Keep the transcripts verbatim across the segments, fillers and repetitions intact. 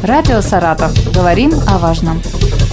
Радио Саратов. Говорим о важном.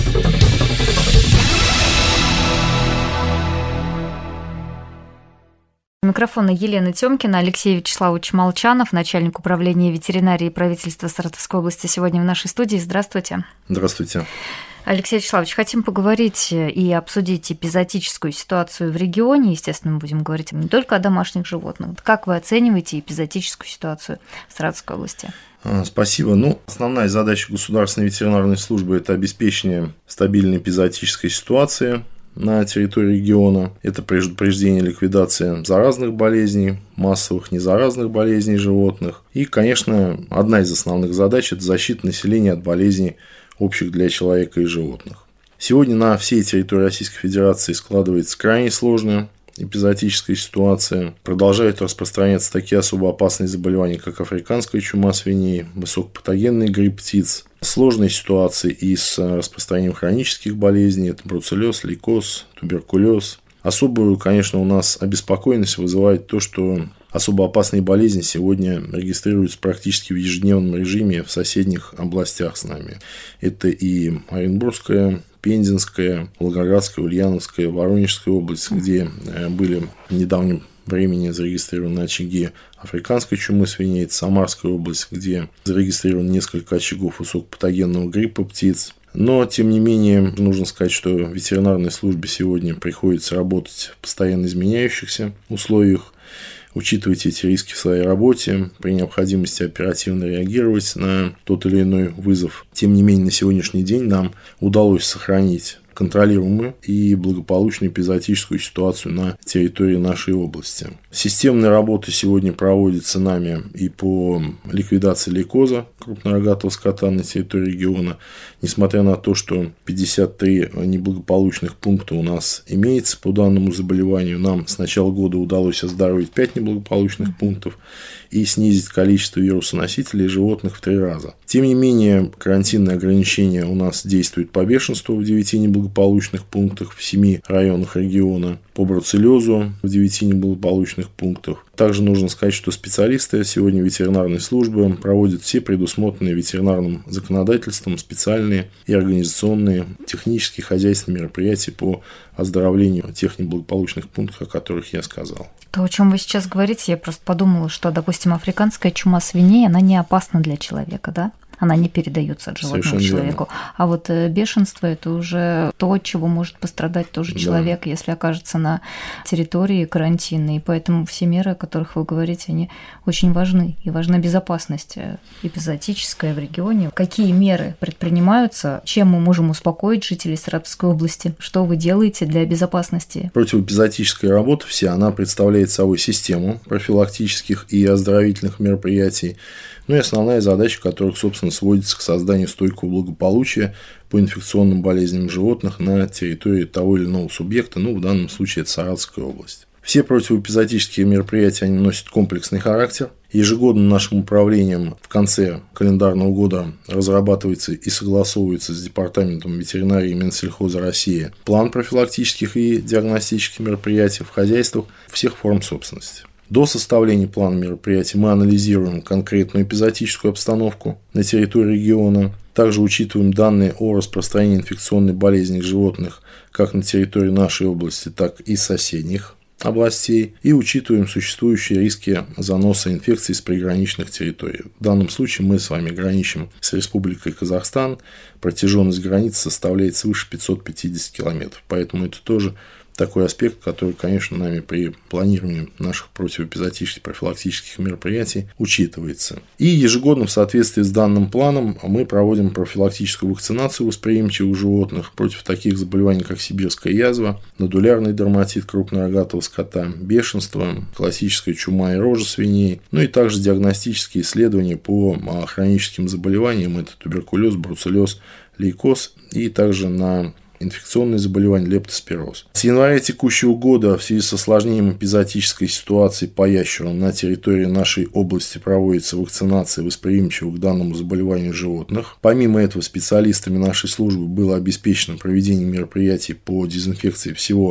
У микрофона Елена Тёмкина, Алексей Вячеславович Молчанов, начальник управления ветеринарии правительства Саратовской области, сегодня в нашей студии. Здравствуйте. Здравствуйте. Алексей Вячеславович, хотим поговорить и обсудить эпизоотическую ситуацию в регионе. Естественно, мы будем говорить не только о домашних животных. Как вы оцениваете эпизоотическую ситуацию в Саратовской области? Спасибо. Ну, основная задача государственной ветеринарной службы – это обеспечение стабильной эпизоотической ситуации на территории региона. Это предупреждение, ликвидация заразных болезней, массовых незаразных болезней животных. И, конечно, одна из основных задач – это защита населения от болезней, общих для человека и животных. Сегодня на всей территории Российской Федерации складывается крайне сложная эпизоотическая ситуация. Продолжают распространяться такие особо опасные заболевания, как африканская чума свиней, высокопатогенный грипп птиц. Сложные ситуации и с распространением хронических болезней – это бруцеллез, лейкоз, туберкулез. Особую, конечно, у нас обеспокоенность вызывает то, что особо опасные болезни сегодня регистрируются практически в ежедневном режиме в соседних областях с нами. Это и Оренбургская, Пензенская, Волгоградская, Ульяновская, Воронежская область, где были в недавнем времени зарегистрированы очаги африканской чумы свиней, это Самарская область, где зарегистрировано несколько очагов высокопатогенного гриппа птиц. Но, тем не менее, нужно сказать, что ветеринарной службе сегодня приходится работать в постоянно изменяющихся условиях, учитывать эти риски в своей работе, при необходимости оперативно реагировать на тот или иной вызов. Тем не менее, на сегодняшний день нам удалось сохранить контролируемую и благополучную эпизоотическую ситуацию на территории нашей области. Системная работа сегодня проводится нами и по ликвидации лейкоза крупнорогатого скота на территории региона. Несмотря на то, что пятьдесят три неблагополучных пункта у нас имеется по данному заболеванию, нам с начала года удалось оздоровить пять неблагополучных пунктов и снизить количество вирусоносителей животных в три раза. Тем не менее, карантинные ограничения у нас действуют по бешенству в девяти неблагополучных пунктах в семи районах региона, по бруцеллезу в девяти неблагополучных пунктах. Также нужно сказать, что специалисты сегодня ветеринарной службы проводят все предусмотренные ветеринарным законодательством специальные и организационные, технические, хозяйственные мероприятия по оздоровлению тех неблагополучных пунктов, о которых я сказал. То, о чем вы сейчас говорите, я просто подумала, что, допустим, африканская чума свиней, она не опасна для человека, да? Она не передается от животного к человеку. Верно. А вот бешенство – это уже то, от чего может пострадать тоже да. человек, если окажется на территории карантинной. И поэтому все меры, о которых вы говорите, они очень важны. И важна безопасность эпизоотическая в регионе. Какие меры предпринимаются? Чем мы можем успокоить жителей Саратовской области? Что вы делаете для безопасности? Противоэпизоотическая работа вся, она представляет собой систему профилактических и оздоровительных мероприятий. Ну и основная задача, которая, собственно, сводится к созданию стойкого благополучия по инфекционным болезням животных на территории того или иного субъекта, ну, в данном случае это Саратовская область. Все противоэпизоотические мероприятия, они носят комплексный характер. Ежегодно нашим управлением в конце календарного года разрабатывается и согласовывается с Департаментом ветеринарии Минсельхоза России план профилактических и диагностических мероприятий в хозяйствах всех форм собственности. До составления плана мероприятий мы анализируем конкретную эпизоотическую обстановку на территории региона. Также учитываем данные о распространении инфекционной болезни животных как на территории нашей области, так и соседних областей. И учитываем существующие риски заноса инфекций с приграничных территорий. В данном случае мы с вами граничим с Республикой Казахстан. Протяженность границы составляет свыше пятьсот пятьдесят километров. Поэтому это тоже такой аспект, который, конечно, нами при планировании наших противоэпизоотических профилактических мероприятий учитывается. И ежегодно в соответствии с данным планом мы проводим профилактическую вакцинацию восприимчивых животных против таких заболеваний, как сибирская язва, нодулярный дерматит крупнорогатого скота, бешенство, классическая чума и рожа свиней, ну и также диагностические исследования по хроническим заболеваниям, это туберкулез, бруцеллез, лейкоз, и также на инфекционные заболевания, лептоспироз. С января текущего года в связи с осложнением эпизоотической ситуации по ящерам на территории нашей области проводится вакцинация восприимчивых к данному заболеванию животных. Помимо этого, специалистами нашей службы было обеспечено проведение мероприятий по дезинфекции всего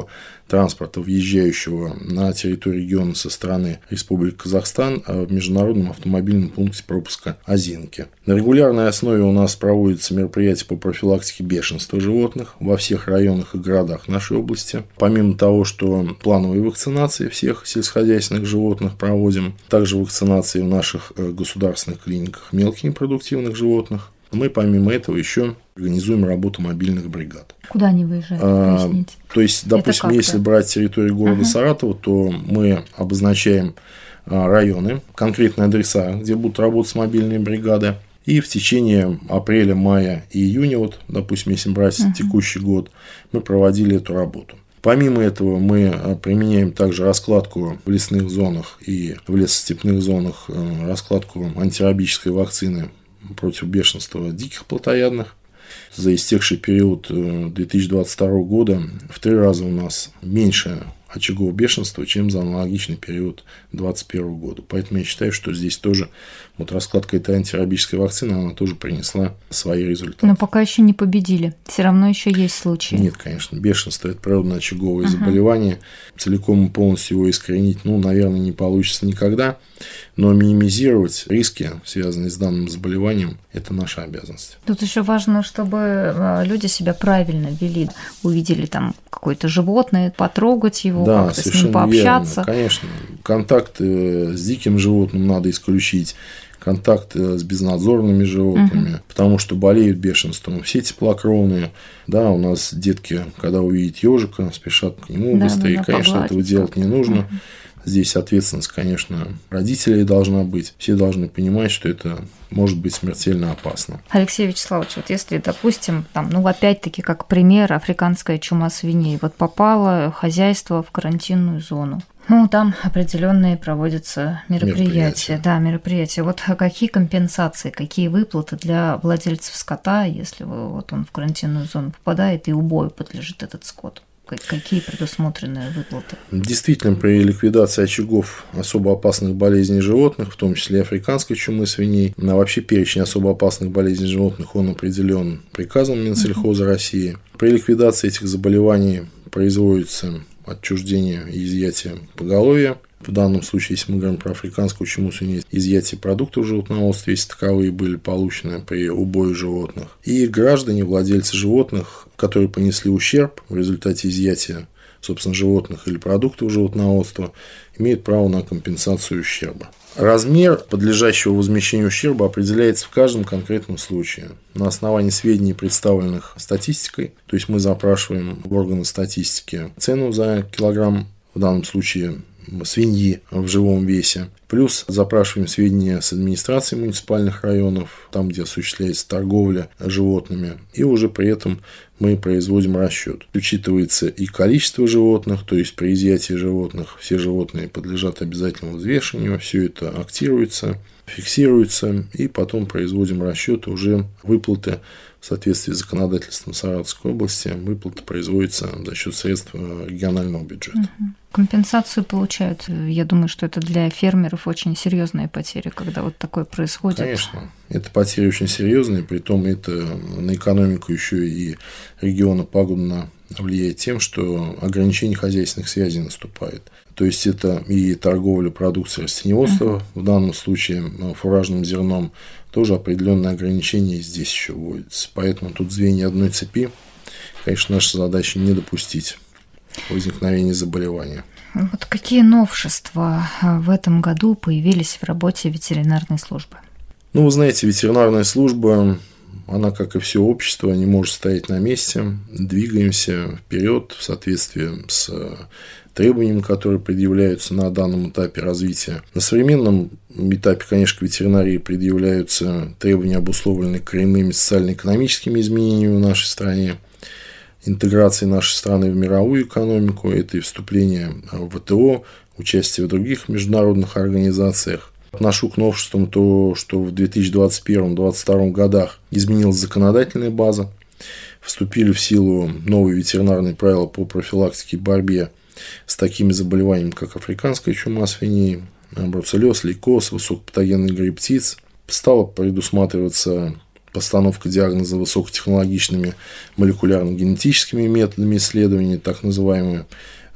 транспорта, въезжающего на территорию региона со стороны Республики Казахстан в международном автомобильном пункте пропуска Озинки. На регулярной основе у нас проводятся мероприятия по профилактике бешенства животных во всех районах и городах нашей области. Помимо того, что плановые вакцинации всех сельскохозяйственных животных проводим, также вакцинации в наших государственных клиниках мелких непродуктивных животных, мы помимо этого еще организуем работу мобильных бригад. Куда они выезжают? А, то есть, допустим, если брать территорию города uh-huh. Саратова, то мы обозначаем районы, конкретные адреса, где будут работать мобильные бригады. И в течение апреля, мая и июня, вот, допустим, если брать uh-huh. текущий год, мы проводили эту работу. Помимо этого, мы применяем также раскладку в лесных зонах и в лесостепных зонах, раскладку антирабической вакцины против бешенства диких плотоядных. За истекший период две тысячи двадцать второго года в три раза у нас меньше очагов бешенства, чем за аналогичный период две тысячи двадцать первого года. Поэтому я считаю, что здесь тоже вот раскладка этой антирабической вакцины, она тоже принесла свои результаты. Но пока еще не победили. Все равно еще есть случаи. Нет, конечно. Бешенство – это природно-очаговое uh-huh. заболевание. Целиком и полностью его искоренить, ну, наверное, не получится никогда. Но минимизировать риски, связанные с данным заболеванием, это наша обязанность. Тут еще важно, чтобы люди себя правильно вели. Увидели там какое-то животное, потрогать его, да, как-то с ним пообщаться. Верно, конечно. Контакт с диким животным надо исключить. Контакт с безнадзорными животными, uh-huh. потому что болеют бешенством все теплокровные. Да, у нас детки, когда увидят ежика, спешат к нему да, быстрее. Да, да, конечно, этого делать не нужно. Uh-huh. Здесь ответственность, конечно, родителей должна быть. Все должны понимать, что это может быть смертельно опасно. Алексей Вячеславович, вот если, допустим, там, ну, опять-таки, как пример, африканская чума свиней, вот попало хозяйство в карантинную зону. Ну, там определенные проводятся мероприятия. мероприятия. Да, мероприятия. Вот какие компенсации, какие выплаты для владельцев скота, если вот он в карантинную зону попадает и убою подлежит этот скот? Какие предусмотрены выплаты? Действительно, при ликвидации очагов особо опасных болезней животных, в том числе африканской чумы свиней, а вообще перечень особо опасных болезней животных, он определен приказом Минсельхоза uh-huh. России. При ликвидации этих заболеваний производится отчуждение и изъятие поголовья. В данном случае, если мы говорим про африканскую чуму свиней, изъятие продуктов животноводства, если таковые были получены при убое животных. И граждане, владельцы животных, которые понесли ущерб в результате изъятия, собственно, животных или продуктов животноводства, имеют право на компенсацию ущерба. Размер подлежащего возмещению ущерба определяется в каждом конкретном случае на основании сведений, представленных статистикой. То есть мы запрашиваем в органы статистики цену за килограмм, в данном случае свиньи в живом весе. Плюс запрашиваем сведения с администрации муниципальных районов, там, где осуществляется торговля животными. И уже при этом мы производим расчет. Учитывается и количество животных, то есть при изъятии животных все животные подлежат обязательному взвешиванию. Все это актируется, фиксируется, и потом производим расчеты уже выплаты в соответствии с законодательством Саратовской области. Выплата производится за счет средств регионального бюджета. Угу. Компенсацию получают. Я думаю, что это для фермеров очень серьезные потери, когда вот такое происходит. Конечно, это потери очень серьезные, притом это на экономику еще и региона пагубно влияет тем, что ограничение хозяйственных связей наступает. То есть это и торговля продукцией растениеводства, uh-huh. в данном случае фуражным зерном, тоже определенные ограничения здесь еще вводятся. Поэтому тут звенья одной цепи, конечно, наша задача не допустить возникновения заболевания. Вот какие новшества в этом году появились в работе ветеринарной службы? Ну, вы знаете, ветеринарная служба, она, как и все общество, не может стоять на месте. Двигаемся вперед в соответствии с требованиями, которые предъявляются на данном этапе развития. На современном этапе, конечно, к ветеринарии предъявляются требования, обусловленные коренными социально-экономическими изменениями в нашей стране, интеграцией нашей страны в мировую экономику, это и вступление в ВТО, участие в других международных организациях. Отношу к новшествам то, что в две тысячи двадцать первом — две тысячи двадцать втором годах изменилась законодательная база, вступили в силу новые ветеринарные правила по профилактике и борьбе с такими заболеваниями, как африканская чума свиней, бруцеллез, лейкоз, высокопатогенный грипп птиц. Стала предусматриваться постановка диагноза высокотехнологичными молекулярно-генетическими методами исследований, так называемые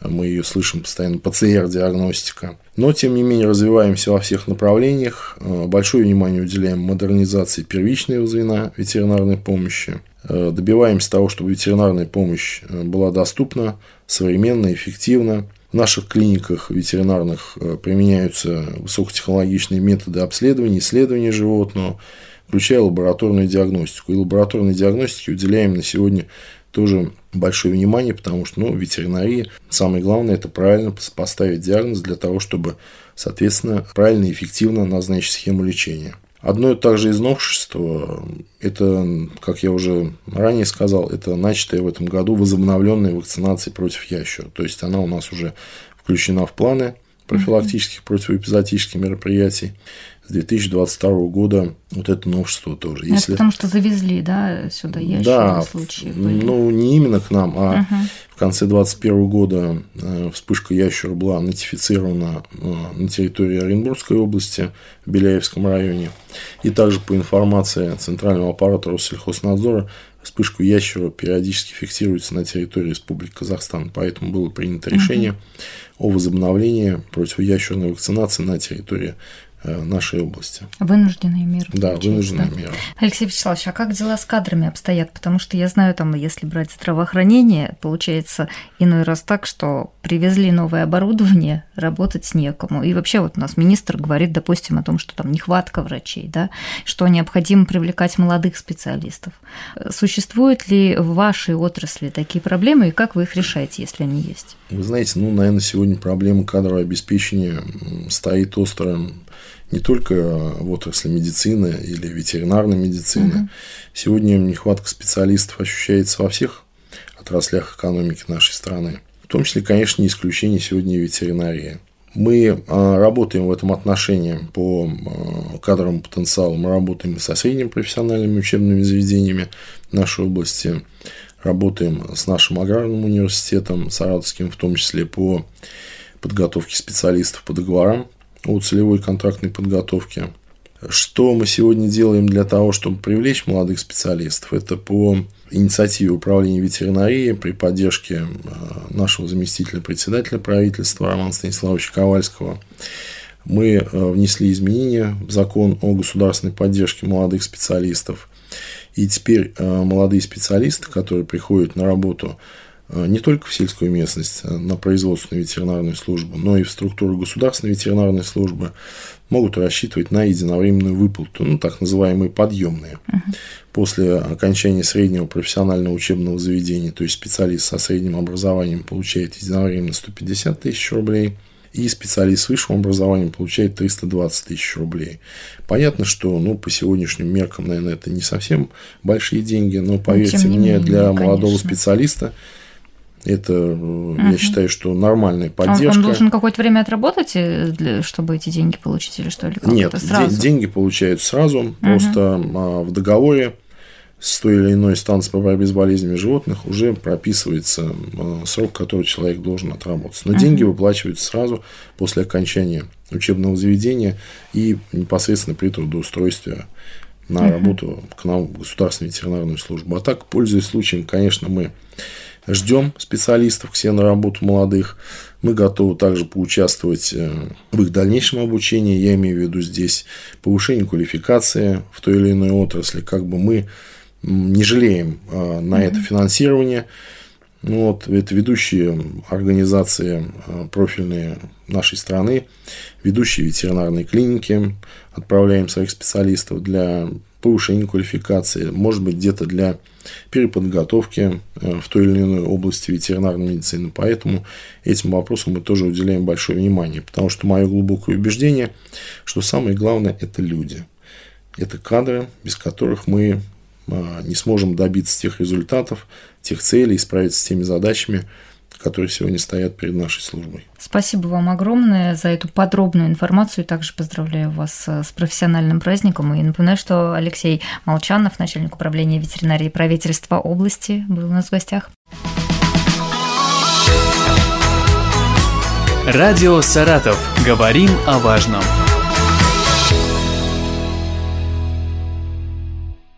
мы ее слышим постоянно, ПЦР-диагностика. Но, тем не менее, развиваемся во всех направлениях. Большое внимание уделяем модернизации первичного звена ветеринарной помощи. Добиваемся того, чтобы ветеринарная помощь была доступна, современна, эффективна. В наших клиниках ветеринарных применяются высокотехнологичные методы обследования, исследования животного, включая лабораторную диагностику. И лабораторной диагностике уделяем на сегодня тоже большое внимание, потому что ну, в ветеринарии самое главное – это правильно поставить диагноз для того, чтобы, соответственно, правильно и эффективно назначить схему лечения. Одно также из новшеств – это, как я уже ранее сказал, это начатая в этом году возобновленная вакцинация против ящера. То есть, она у нас уже включена в планы профилактических противоэпизоотических мероприятий. С две тысячи двадцать второго года вот это новшество тоже. Это Если... потому что завезли, да, сюда ящеры да, случаи были. Ну, не именно к нам, а угу. в конце две тысячи двадцать первого года вспышка ящера была нотифицирована на территории Оренбургской области, в Беляевском районе. И также по информации Центрального аппарата Россельхознадзора, вспышку ящера периодически фиксируется на территории Республики Казахстан. Поэтому было принято решение угу. о возобновлении противоящерной вакцинации на территории нашей области. Вынужденные меры. Да, вынужденные да? меры. Алексей Вячеславович, а как дела с кадрами обстоят? Потому что я знаю, там, если брать здравоохранение, получается иной раз так, что привезли новое оборудование, работать некому. И вообще вот у нас министр говорит, допустим, о том, что там нехватка врачей, да, что необходимо привлекать молодых специалистов. Существуют ли в вашей отрасли такие проблемы, и как вы их решаете, если они есть? Вы знаете, ну, наверное, сегодня проблема кадрового обеспечения стоит остро не только в отрасли медицины или ветеринарной медицины. Угу. Сегодня нехватка специалистов ощущается во всех отраслях экономики нашей страны. В том числе, конечно, не исключение сегодня и ветеринария. Мы работаем в этом отношении по кадровому потенциалу. Мы работаем со средними профессиональными учебными заведениями нашей области. Работаем с нашим аграрным университетом, саратовским, в том числе по подготовке специалистов по договорам о целевой контрактной подготовке. Что мы сегодня делаем для того, чтобы привлечь молодых специалистов? Это по инициативе Управления ветеринарии при поддержке нашего заместителя председателя правительства Романа Станиславовича Ковальского. Мы внесли изменения в закон о государственной поддержке молодых специалистов. И теперь молодые специалисты, которые приходят на работу не только в сельскую местность, на производственную ветеринарную службу, но и в структуру государственной ветеринарной службы, могут рассчитывать на единовременную выплату, ну, так называемые подъемные. Uh-huh. После окончания среднего профессионального учебного заведения, то есть специалист со средним образованием получает единовременно сто пятьдесят тысяч рублей, и специалист с высшим образованием получает триста двадцать тысяч рублей. Понятно, что ну, по сегодняшним меркам, наверное, это не совсем большие деньги, но поверьте мне, менее, для конечно. молодого специалиста это, угу. я считаю, что нормальная поддержка. Он должен какое-то время отработать, чтобы эти деньги получить, или что? Или Нет, сразу? деньги получают сразу, угу. просто в договоре с той или иной станцией по борьбе с болезнями животных уже прописывается срок, который человек должен отработать. Но угу. деньги выплачиваются сразу после окончания учебного заведения и непосредственно при трудоустройстве на угу. работу к нам в государственную ветеринарную службу. А так, пользуясь случаем, конечно, мы ждем специалистов к себе на работу молодых. Мы готовы также поучаствовать в их дальнейшем обучении. Я имею в виду здесь повышение квалификации в той или иной отрасли. Как бы мы не жалеем на mm-hmm. это финансирование. Вот, это ведущие организации профильные нашей страны, ведущие ветеринарные клиники. Отправляем своих специалистов для повышения квалификации, может быть, где-то для переподготовки в той или иной области ветеринарной медицины. Поэтому этим вопросам мы тоже уделяем большое внимание. Потому что мое глубокое убеждение, что самое главное – это люди. Это кадры, без которых мы не сможем добиться тех результатов, тех целей, справиться с теми задачами, которые сегодня стоят перед нашей службой. Спасибо вам огромное за эту подробную информацию. Также поздравляю вас с профессиональным праздником. И напоминаю, что Алексей Молчанов, начальник управления ветеринарии правительства области, был у нас в гостях. Радио «Саратов». Говорим о важном.